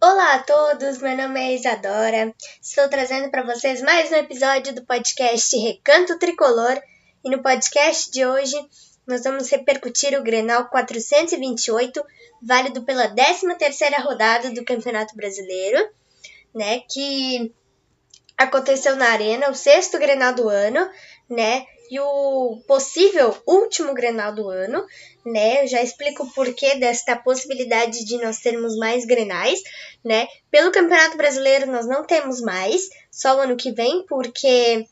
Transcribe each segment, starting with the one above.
Olá a todos, meu nome é Isadora, estou trazendo para vocês mais um episódio do podcast Recanto Tricolor e no podcast de hoje nós vamos repercutir o Grenal 428, válido pela 13ª rodada do Campeonato Brasileiro, né, que aconteceu na Arena, o 6º Grenal do ano, né, e o possível último Grenal do ano, né? Eu já explico o porquê desta possibilidade de nós termos mais Grenais, né? Pelo Campeonato Brasileiro nós não temos mais, só o ano que vem, porque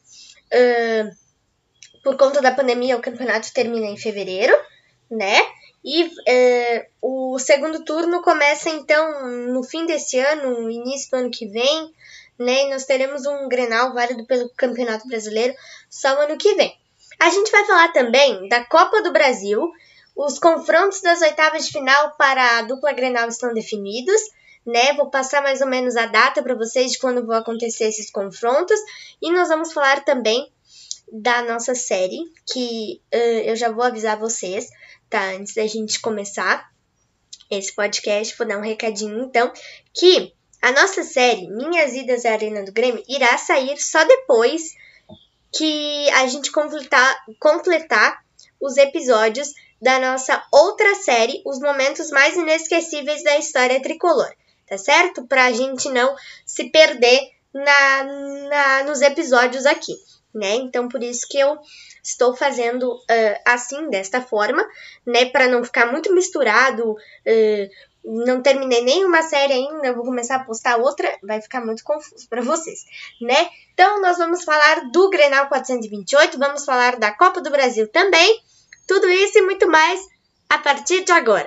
por conta da pandemia o campeonato termina em fevereiro, né? E o segundo turno começa então no fim desse ano, no início do ano que vem, né? E nós teremos um Grenal válido pelo Campeonato Brasileiro só o ano que vem. A gente vai falar também da Copa do Brasil. Os confrontos das oitavas de final para a dupla Grenal estão definidos, né? Vou passar mais ou menos a data para vocês de quando vão acontecer esses confrontos. E nós vamos falar também da nossa série, que eu já vou avisar vocês, tá? Antes da gente começar esse podcast, vou dar um recadinho então, que a nossa série Minhas Idas à Arena do Grêmio irá sair só depois que a gente completar os episódios da nossa outra série, Os Momentos Mais Inesquecíveis da História Tricolor, tá certo? Pra gente não se perder nos episódios aqui, né? Então, por isso que eu estou fazendo assim, desta forma, né? Pra não ficar muito misturado, não terminei nenhuma série ainda, vou começar a postar outra, vai ficar muito confuso para vocês, né? Então, nós vamos falar do Grenal 428, vamos falar da Copa do Brasil também, tudo isso e muito mais a partir de agora.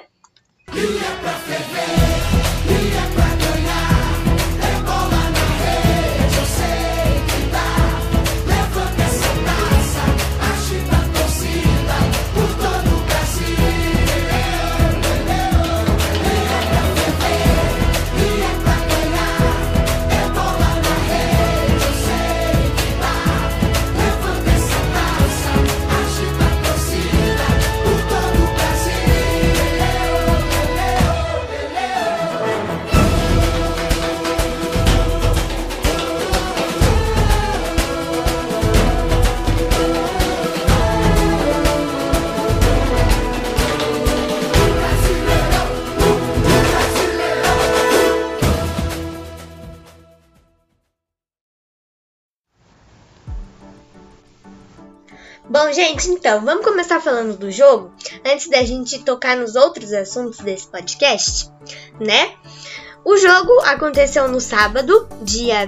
Bom, gente, então, vamos começar falando do jogo, antes da gente tocar nos outros assuntos desse podcast, né? O jogo aconteceu no sábado, dia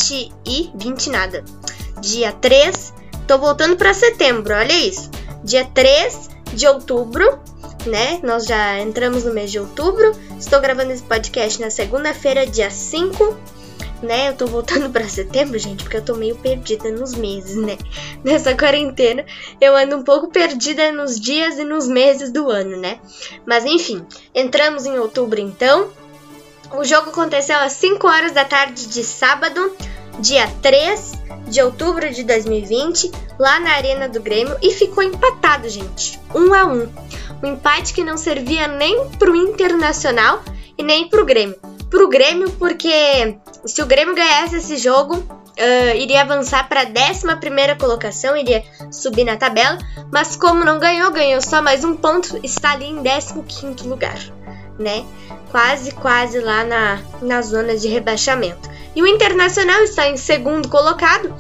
3, tô voltando para setembro, olha isso, dia 3 de outubro, né? Nós já entramos no mês de outubro, estou gravando esse podcast na segunda-feira, dia 5, né, eu tô voltando pra setembro, gente, porque eu tô meio perdida nos meses, né, nessa quarentena, eu ando um pouco perdida nos dias e nos meses do ano, né, mas enfim, entramos em outubro então, o jogo aconteceu às 5 horas da tarde de sábado, dia 3 de outubro de 2020, lá na Arena do Grêmio, e ficou empatado, gente, 1-1, um empate que não servia nem pro Internacional e nem pro Grêmio. Pro Grêmio, porque se o Grêmio ganhasse esse jogo, iria avançar para a 11ª colocação, iria subir na tabela, mas como não ganhou só mais um ponto, está ali em 15º lugar, né? Quase lá na zona de rebaixamento. E o Internacional está em 2º colocado,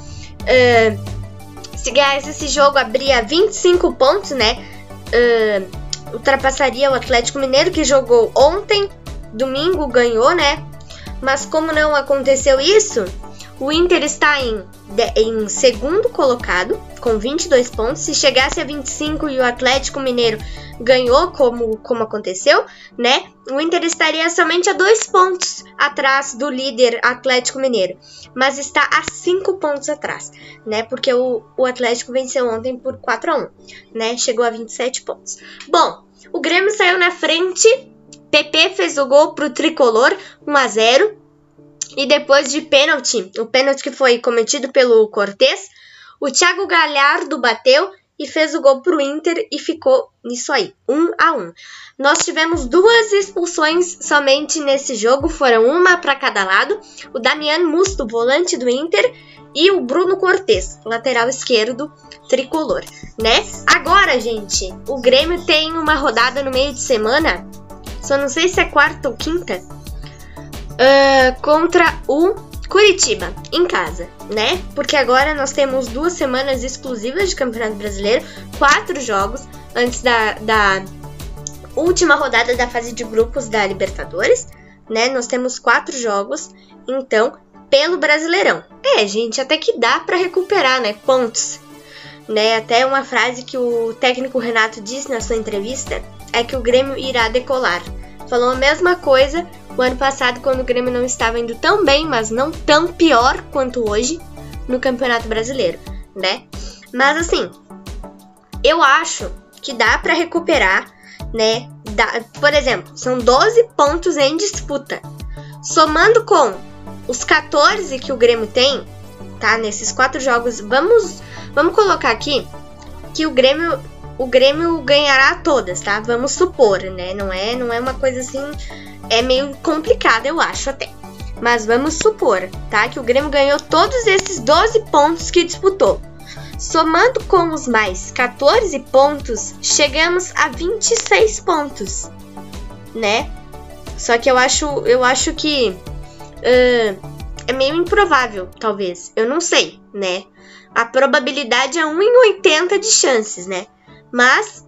se ganhasse esse jogo, abria 25 pontos, né? Ultrapassaria o Atlético Mineiro, que jogou ontem, domingo ganhou, né? Mas como não aconteceu isso, o Inter está em 2º colocado, com 22 pontos. Se chegasse a 25 e o Atlético Mineiro ganhou, como aconteceu, né? O Inter estaria somente a 2 pontos atrás do líder Atlético Mineiro. Mas está a 5 pontos atrás, né? Porque o Atlético venceu ontem por 4-1, né? Chegou a 27 pontos. Bom, o Grêmio saiu na frente. PP fez o gol pro Tricolor, 1-0, e depois de pênalti, o pênalti que foi cometido pelo Cortez, o Thiago Galhardo bateu e fez o gol pro Inter e ficou nisso aí, 1-1. Nós tivemos 2 expulsões somente nesse jogo, foram uma para cada lado, o Damian Musto, volante do Inter, e o Bruno Cortes, lateral esquerdo tricolor, né? Agora, gente, o Grêmio tem uma rodada no meio de semana, só não sei se é quarta ou quinta, contra o Curitiba, em casa, né? Porque agora nós temos 2 semanas exclusivas de Campeonato Brasileiro, 4 jogos antes da última rodada da fase de grupos da Libertadores, né? Nós temos 4 jogos, então, pelo Brasileirão. Gente, até que dá para recuperar, né? Pontos, né? Até uma frase que o técnico Renato disse na sua entrevista é que o Grêmio irá decolar. Falou a mesma coisa o ano passado, quando o Grêmio não estava indo tão bem, mas não tão pior quanto hoje no Campeonato Brasileiro, né? Mas assim, eu acho que dá para recuperar, né? Por exemplo, são 12 pontos em disputa. Somando com os 14 que o Grêmio tem, tá? Nesses 4 jogos, vamos colocar aqui que o Grêmio ganhará todas, tá? Vamos supor, né? Não é uma coisa assim, é meio complicado, eu acho até. Mas vamos supor, tá? Que o Grêmio ganhou todos esses 12 pontos que disputou. Somando com os mais 14 pontos, chegamos a 26 pontos, né? Só que eu acho que é meio improvável, talvez. Eu não sei, né? A probabilidade é 1 em 80 de chances, né? Mas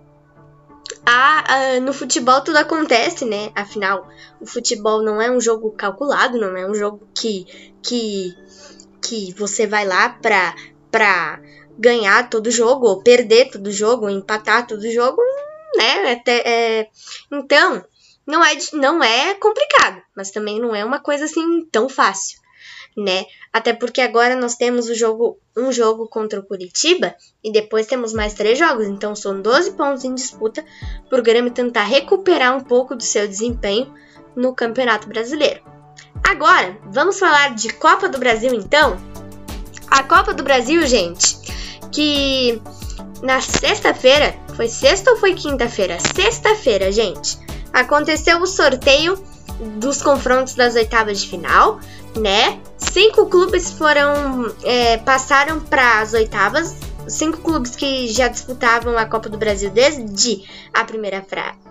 no futebol tudo acontece, né? Afinal, o futebol não é um jogo calculado, não é um jogo que você vai lá pra ganhar todo jogo, ou perder todo jogo, ou empatar todo jogo, né? Então, não é complicado, mas também não é uma coisa assim tão fácil, né? Até porque agora nós temos um jogo contra o Curitiba e depois temos mais 3 jogos, então são 12 pontos em disputa para o Grêmio tentar recuperar um pouco do seu desempenho no Campeonato Brasileiro. Agora, vamos falar de Copa do Brasil então? A Copa do Brasil, gente, que na sexta-feira, foi sexta ou foi quinta-feira? Sexta-feira, gente, aconteceu o sorteio dos confrontos das oitavas de final, né? 5 clubes passaram para as oitavas, 5 clubes que já disputavam a Copa do Brasil desde a primeira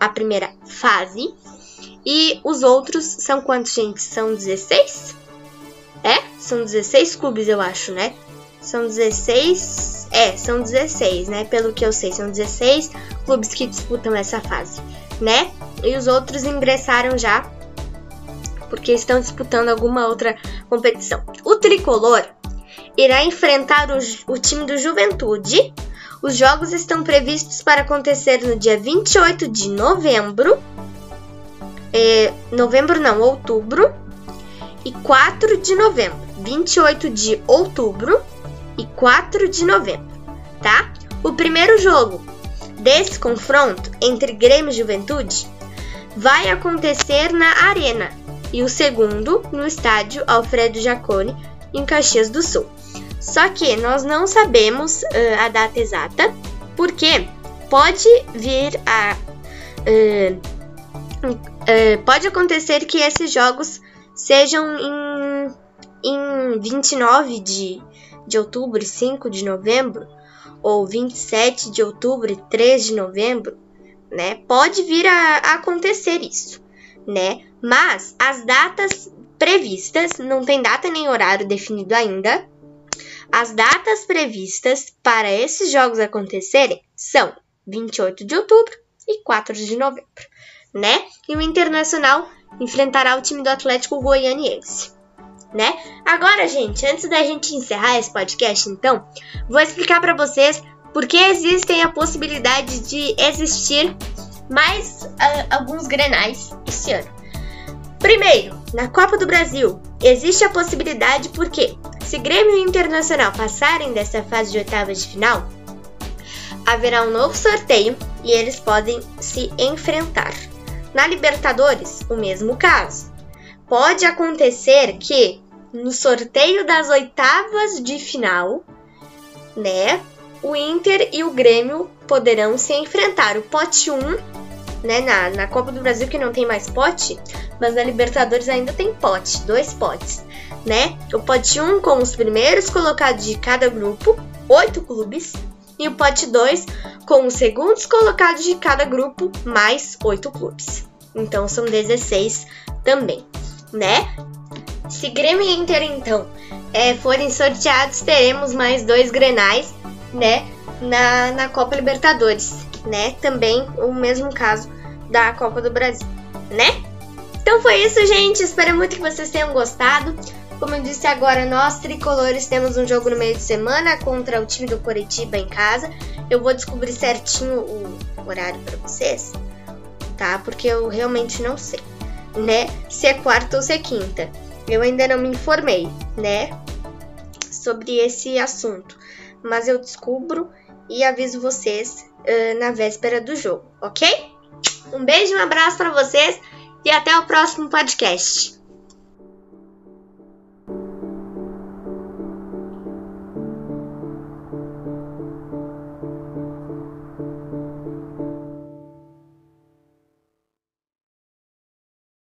fase. E os outros são quantos, gente? São 16? São 16 clubes, eu acho, né? São 16... são 16, né? Pelo que eu sei, são 16 clubes que disputam essa fase, né? E os outros ingressaram já porque estão disputando alguma outra competição. O Tricolor irá enfrentar o time do Juventude. Os jogos estão previstos para acontecer no dia 28 de novembro. Outubro. E 4 de novembro. 28 de outubro e 4 de novembro, tá? O primeiro jogo desse confronto entre Grêmio e Juventude vai acontecer na Arena. E o segundo no estádio Alfredo Jaconi, em Caxias do Sul. Só que nós não sabemos a data exata, porque pode vir pode acontecer que esses jogos sejam em 29 de outubro e 5 de novembro, ou 27 de outubro e 3 de novembro, né? Pode vir a acontecer isso, né? Mas as datas previstas, não tem data nem horário definido ainda, as datas previstas para esses jogos acontecerem são 28 de outubro e 4 de novembro, né? E o Internacional enfrentará o time do Atlético Goianiense, né? Agora, gente, antes da gente encerrar esse podcast, então, vou explicar para vocês por que existem a possibilidade de existir mais alguns grenais esse ano. Primeiro, na Copa do Brasil, existe a possibilidade porque, se Grêmio e Internacional passarem dessa fase de oitavas de final, haverá um novo sorteio e eles podem se enfrentar. Na Libertadores, o mesmo caso. Pode acontecer que, no sorteio das oitavas de final, né, o Inter e o Grêmio poderão se enfrentar. O pote 1, né, na Copa do Brasil, que não tem mais pote, mas na Libertadores ainda tem pote, 2 potes, né? O pote 1 com os primeiros colocados de cada grupo, 8 clubes, e o pote 2 com os segundos colocados de cada grupo, mais 8 clubes. Então são 16 também, né? Se Grêmio e Inter, então, forem sorteados, teremos mais 2 Grenais, né, na Copa Libertadores, né? Também o mesmo caso da Copa do Brasil, né? Então foi isso, gente. Espero muito que vocês tenham gostado. Como eu disse agora, nós tricolores temos um jogo no meio de semana contra o time do Coritiba em casa. Eu vou descobrir certinho o horário para vocês, tá? Porque eu realmente não sei, né? Se é quarta ou se é quinta. Eu ainda não me informei, né, sobre esse assunto. Mas eu descubro e aviso vocês na véspera do jogo, ok? Um beijo, um abraço para vocês e até o próximo podcast.